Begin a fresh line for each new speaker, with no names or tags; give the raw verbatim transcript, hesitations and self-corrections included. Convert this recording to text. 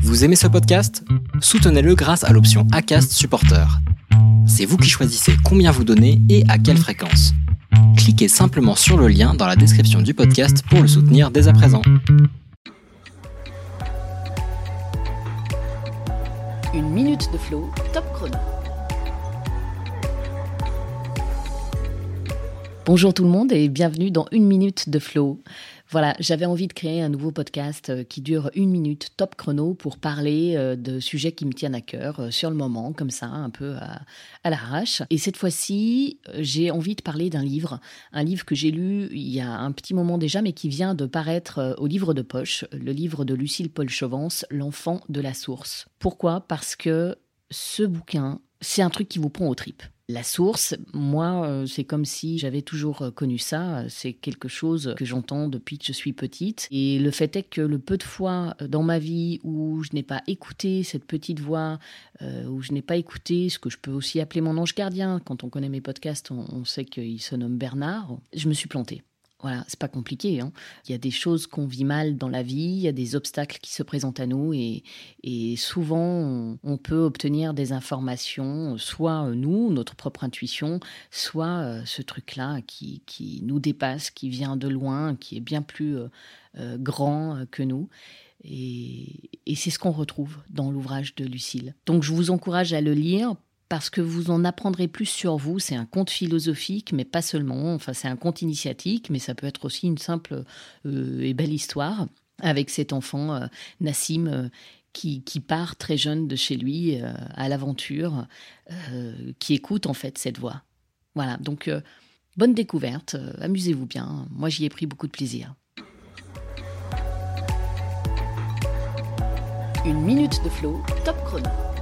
Vous aimez ce podcast ? Soutenez-le grâce à l'option Acast Supporter. C'est vous qui choisissez combien vous donnez et à quelle fréquence. Cliquez simplement sur le lien dans la description du podcast pour le soutenir dès à présent.
Une minute de flow, top chrono. Bonjour tout le monde et bienvenue dans Une minute de flow. Voilà, j'avais envie de créer un nouveau podcast qui dure une minute top chrono pour parler de sujets qui me tiennent à cœur sur le moment, comme ça, un peu à, à l'arrache. Et cette fois-ci, j'ai envie de parler d'un livre, un livre que j'ai lu il y a un petit moment déjà, mais qui vient de paraître au livre de poche, le livre de Lucile Paul-Chovance, L'enfant de la source. Pourquoi ? Parce que ce bouquin, c'est un truc qui vous prend aux tripes. La source, moi, c'est comme si j'avais toujours connu ça. C'est quelque chose que j'entends depuis que je suis petite. Et le fait est que le peu de fois dans ma vie où je n'ai pas écouté cette petite voix, euh, où je n'ai pas écouté ce que je peux aussi appeler mon ange gardien, quand on connaît mes podcasts, on, on sait qu'il se nomme Bernard, je me suis plantée. Voilà, c'est pas compliqué, hein. Il y a des choses qu'on vit mal dans la vie, il y a des obstacles qui se présentent à nous et, et souvent on, on peut obtenir des informations, soit nous, notre propre intuition, soit euh, ce truc-là qui, qui nous dépasse, qui vient de loin, qui est bien plus euh, euh, grand que nous. Et, et c'est ce qu'on retrouve dans l'ouvrage de Lucile. Donc je vous encourage à le lire, parce que vous en apprendrez plus sur vous. C'est un conte philosophique, mais pas seulement. Enfin, c'est un conte initiatique, mais ça peut être aussi une simple euh, et belle histoire avec cet enfant, euh, Nassim, euh, qui, qui part très jeune de chez lui euh, à l'aventure, euh, qui écoute en fait cette voix. Voilà, donc euh, bonne découverte, euh, amusez-vous bien. Moi, j'y ai pris beaucoup de plaisir. Une minute de flow, top chrono.